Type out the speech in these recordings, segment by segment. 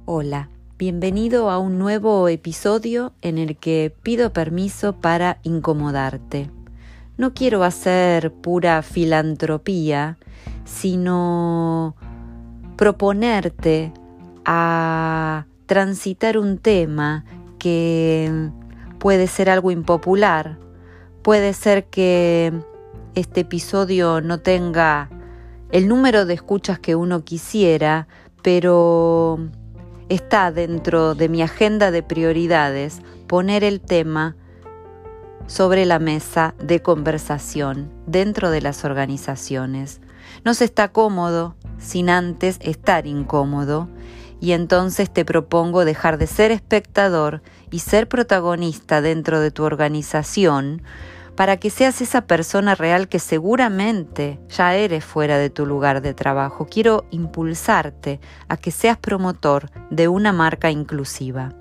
Hola, bienvenido a un nuevo episodio en el que pido permiso para incomodarte. No quiero hacer pura filantropía, sino proponerte a transitar un tema que puede ser algo impopular. Puede ser que este episodio no tenga el número de escuchas que uno quisiera, pero está dentro de mi agenda de prioridades poner el tema sobre la mesa de conversación dentro de las organizaciones. No se está cómodo sin antes estar incómodo, y entonces te propongo dejar de ser espectador y ser protagonista dentro de tu organización para que seas esa persona real que seguramente ya eres fuera de tu lugar de trabajo. Quiero impulsarte a que seas promotor de una marca inclusiva.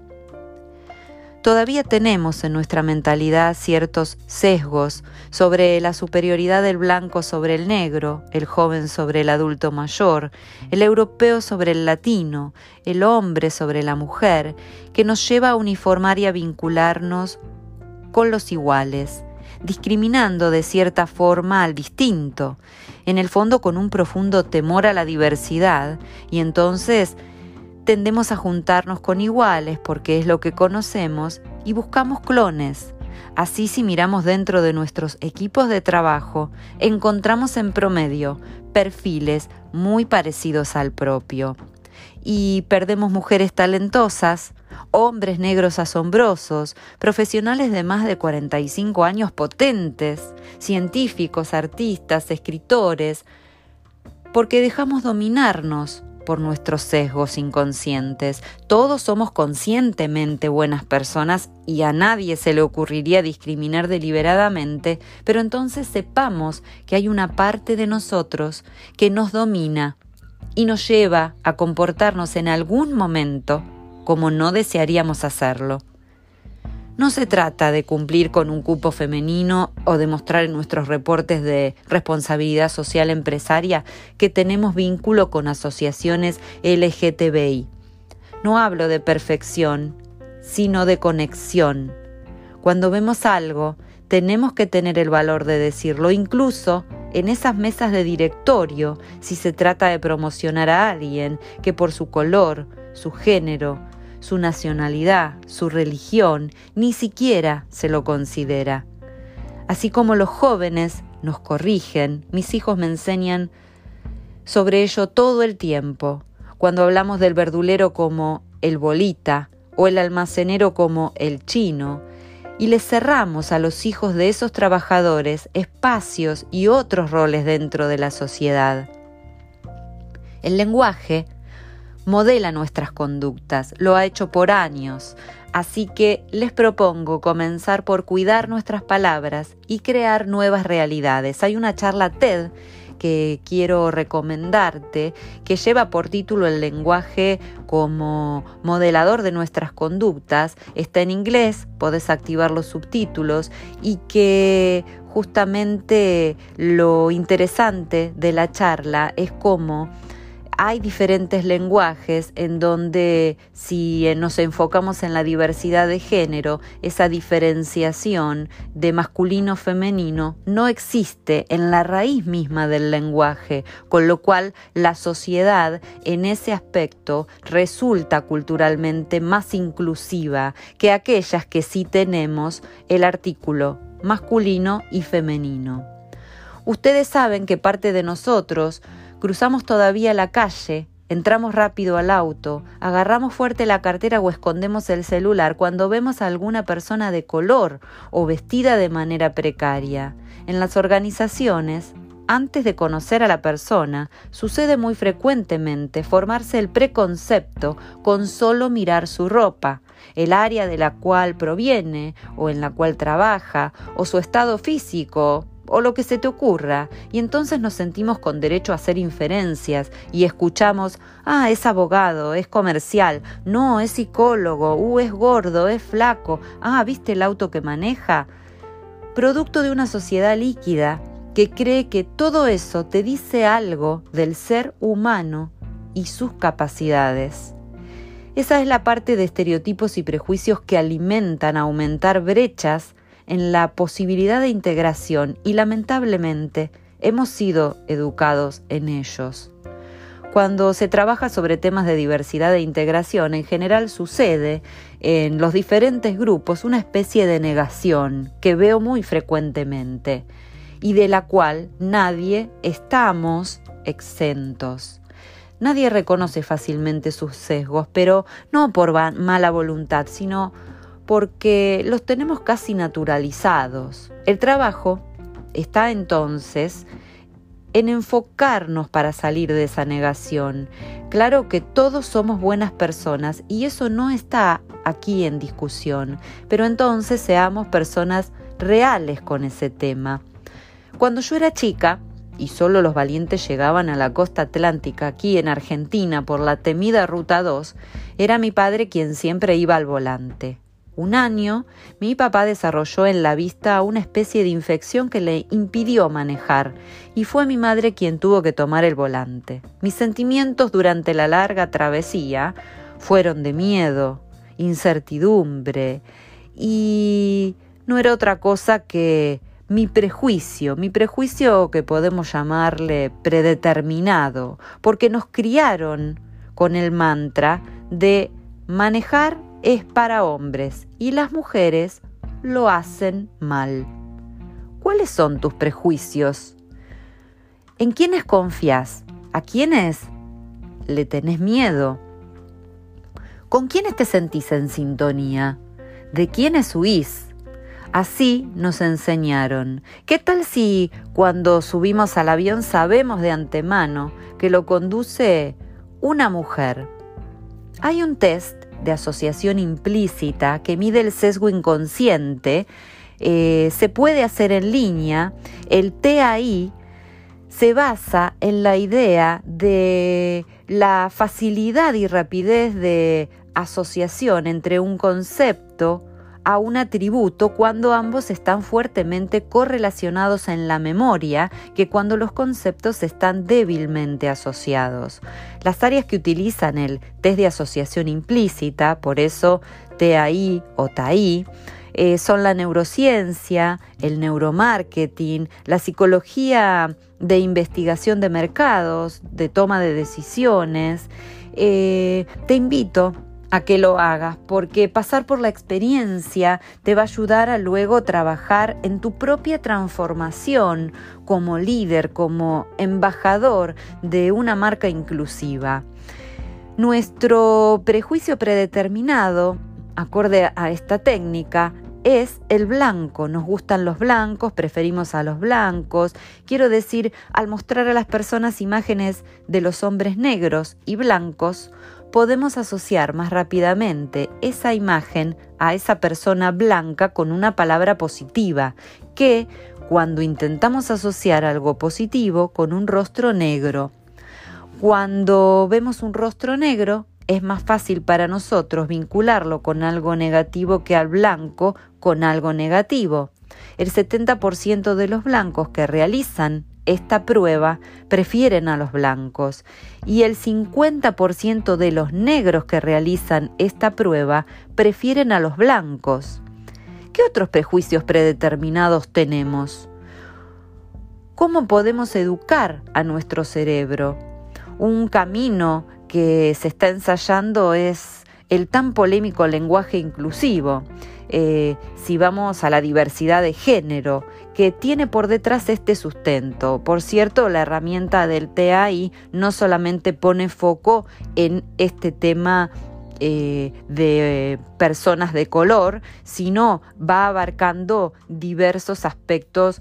Todavía tenemos en nuestra mentalidad ciertos sesgos sobre la superioridad del blanco sobre el negro, el joven sobre el adulto mayor, el europeo sobre el latino, el hombre sobre la mujer, que nos lleva a uniformar y a vincularnos con los iguales, discriminando de cierta forma al distinto, en el fondo con un profundo temor a la diversidad, y entonces tendemos a juntarnos con iguales porque es lo que conocemos y buscamos clones. Así, si miramos dentro de nuestros equipos de trabajo, encontramos en promedio perfiles muy parecidos al propio. Y perdemos mujeres talentosas, hombres negros asombrosos, profesionales de más de 45 años potentes, científicos, artistas, escritores, porque dejamos dominarnos por nuestros sesgos inconscientes. Todos somos conscientemente buenas personas y a nadie se le ocurriría discriminar deliberadamente, pero entonces sepamos que hay una parte de nosotros que nos domina y nos lleva a comportarnos en algún momento como no desearíamos hacerlo. No se trata de cumplir con un cupo femenino o demostrar en nuestros reportes de responsabilidad social empresaria que tenemos vínculo con asociaciones LGTBI. No hablo de perfección, sino de conexión. Cuando vemos algo, tenemos que tener el valor de decirlo, incluso en esas mesas de directorio, si se trata de promocionar a alguien que por su color, su género, su nacionalidad, su religión, ni siquiera se lo considera. Así como los jóvenes nos corrigen, mis hijos me enseñan sobre ello todo el tiempo. Cuando hablamos del verdulero como el bolita o el almacenero como el chino, y les cerramos a los hijos de esos trabajadores espacios y otros roles dentro de la sociedad. El lenguaje modela nuestras conductas, lo ha hecho por años, así que les propongo comenzar por cuidar nuestras palabras y crear nuevas realidades. Hay una charla TED que quiero recomendarte, que lleva por título El lenguaje como modelador de nuestras conductas. Está en inglés, podés activar los subtítulos, y que justamente lo interesante de la charla es cómo hay diferentes lenguajes en donde, si nos enfocamos en la diversidad de género, esa diferenciación de masculino-femenino no existe en la raíz misma del lenguaje, con lo cual la sociedad en ese aspecto resulta culturalmente más inclusiva que aquellas que sí tenemos el artículo masculino y femenino. Ustedes saben que parte de nosotros cruzamos todavía la calle, entramos rápido al auto, agarramos fuerte la cartera o escondemos el celular cuando vemos a alguna persona de color o vestida de manera precaria. En las organizaciones, antes de conocer a la persona, sucede muy frecuentemente formarse el preconcepto con solo mirar su ropa, el área de la cual proviene o en la cual trabaja, o su estado físico, o lo que se te ocurra, y entonces nos sentimos con derecho a hacer inferencias y escuchamos: es abogado, es comercial, no, es psicólogo, es gordo, es flaco, ¿viste el auto que maneja? Producto de una sociedad líquida que cree que todo eso te dice algo del ser humano y sus capacidades. Esa es la parte de estereotipos y prejuicios que alimentan a aumentar brechas en la posibilidad de integración y lamentablemente hemos sido educados en ellos. Cuando se trabaja sobre temas de diversidad e integración, en general sucede en los diferentes grupos una especie de negación que veo muy frecuentemente y de la cual nadie estamos exentos. Nadie reconoce fácilmente sus sesgos, pero no por mala voluntad, sino porque los tenemos casi naturalizados. El trabajo está entonces en enfocarnos para salir de esa negación. Claro que todos somos buenas personas y eso no está aquí en discusión, pero entonces seamos personas reales con ese tema. Cuando yo era chica, y solo los valientes llegaban a la costa atlántica aquí en Argentina por la temida Ruta 2, era mi padre quien siempre iba al volante. Un año, mi papá desarrolló en la vista una especie de infección que le impidió manejar y fue mi madre quien tuvo que tomar el volante. Mis sentimientos durante la larga travesía fueron de miedo, incertidumbre y no era otra cosa que mi prejuicio que podemos llamarle predeterminado, porque nos criaron con el mantra de manejar es para hombres y las mujeres lo hacen mal. ¿Cuáles son tus prejuicios? ¿En quiénes confías? ¿A quiénes le tenés miedo? ¿Con quiénes te sentís en sintonía? ¿De quiénes huís? Así nos enseñaron. ¿Qué tal si cuando subimos al avión sabemos de antemano que lo conduce una mujer? Hay un test de asociación implícita que mide el sesgo inconsciente, se puede hacer en línea. El TAI se basa en la idea de la facilidad y rapidez de asociación entre un concepto a un atributo cuando ambos están fuertemente correlacionados en la memoria que cuando los conceptos están débilmente asociados. Las áreas que utilizan el test de asociación implícita, por eso TAI o TAI, son la neurociencia, el neuromarketing, la psicología de investigación de mercados, de toma de decisiones. Te invito a que lo hagas, porque pasar por la experiencia te va a ayudar a luego trabajar en tu propia transformación como líder, como embajador de una marca inclusiva. Nuestro prejuicio predeterminado, acorde a esta técnica, es el blanco. Nos gustan los blancos, preferimos a los blancos. Quiero decir, al mostrar a las personas imágenes de los hombres negros y blancos, podemos asociar más rápidamente esa imagen a esa persona blanca con una palabra positiva que cuando intentamos asociar algo positivo con un rostro negro. Cuando vemos un rostro negro, es más fácil para nosotros vincularlo con algo negativo que al blanco con algo negativo. El 70% de los blancos que realizan esta prueba prefieren a los blancos y el 50% de los negros que realizan esta prueba prefieren a los blancos. ¿Qué otros prejuicios predeterminados tenemos? ¿Cómo podemos educar a nuestro cerebro? Un camino que se está ensayando es el tan polémico lenguaje inclusivo. Si vamos a la diversidad de género, que tiene por detrás este sustento. Por cierto, la herramienta del TAI no solamente pone foco en este tema de personas de color, sino va abarcando diversos aspectos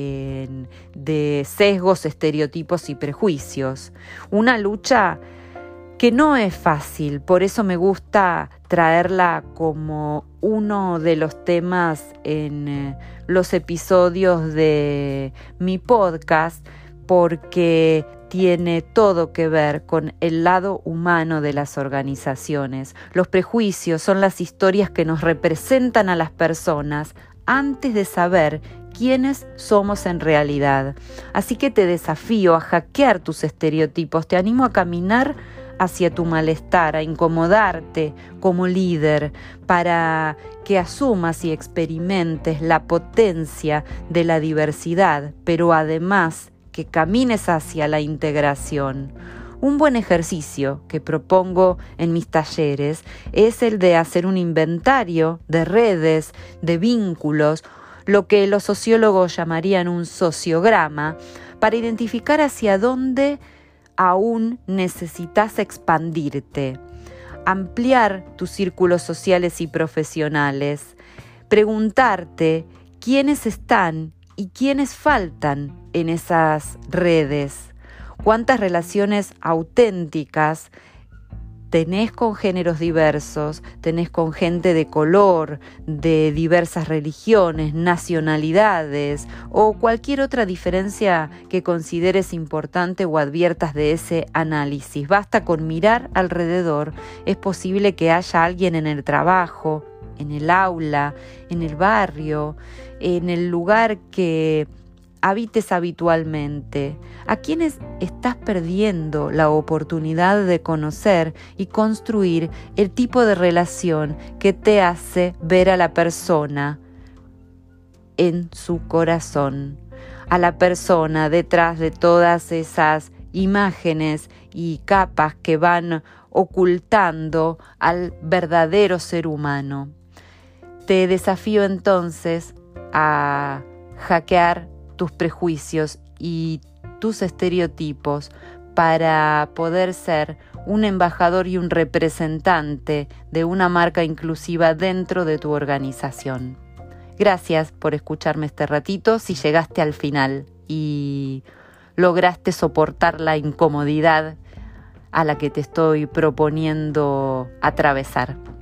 de sesgos, estereotipos y prejuicios. Una lucha que no es fácil, por eso me gusta traerla como uno de los temas en los episodios de mi podcast, porque tiene todo que ver con el lado humano de las organizaciones. Los prejuicios son las historias que nos representan a las personas antes de saber quiénes somos en realidad. Así que te desafío a hackear tus estereotipos, te animo a caminar hacia tu malestar, a incomodarte como líder, para que asumas y experimentes la potencia de la diversidad, pero además que camines hacia la integración. Un buen ejercicio que propongo en mis talleres es el de hacer un inventario de redes, de vínculos, lo que los sociólogos llamarían un sociograma, para identificar hacia dónde aún necesitas expandirte, ampliar tus círculos sociales y profesionales, preguntarte quiénes están y quiénes faltan en esas redes. ¿Cuántas relaciones auténticas tenés con géneros diversos, tenés con gente de color, de diversas religiones, nacionalidades o cualquier otra diferencia que consideres importante o adviertas de ese análisis? Basta con mirar alrededor. Es posible que haya alguien en el trabajo, en el aula, en el barrio, en el lugar que habites habitualmente, a quienes estás perdiendo la oportunidad de conocer y construir el tipo de relación que te hace ver a la persona en su corazón, a la persona detrás de todas esas imágenes y capas que van ocultando al verdadero ser humano. Te desafío entonces a hackear tus prejuicios y tus estereotipos para poder ser un embajador y un representante de una marca inclusiva dentro de tu organización. Gracias por escucharme este ratito. Si llegaste al final y lograste soportar la incomodidad a la que te estoy proponiendo atravesar.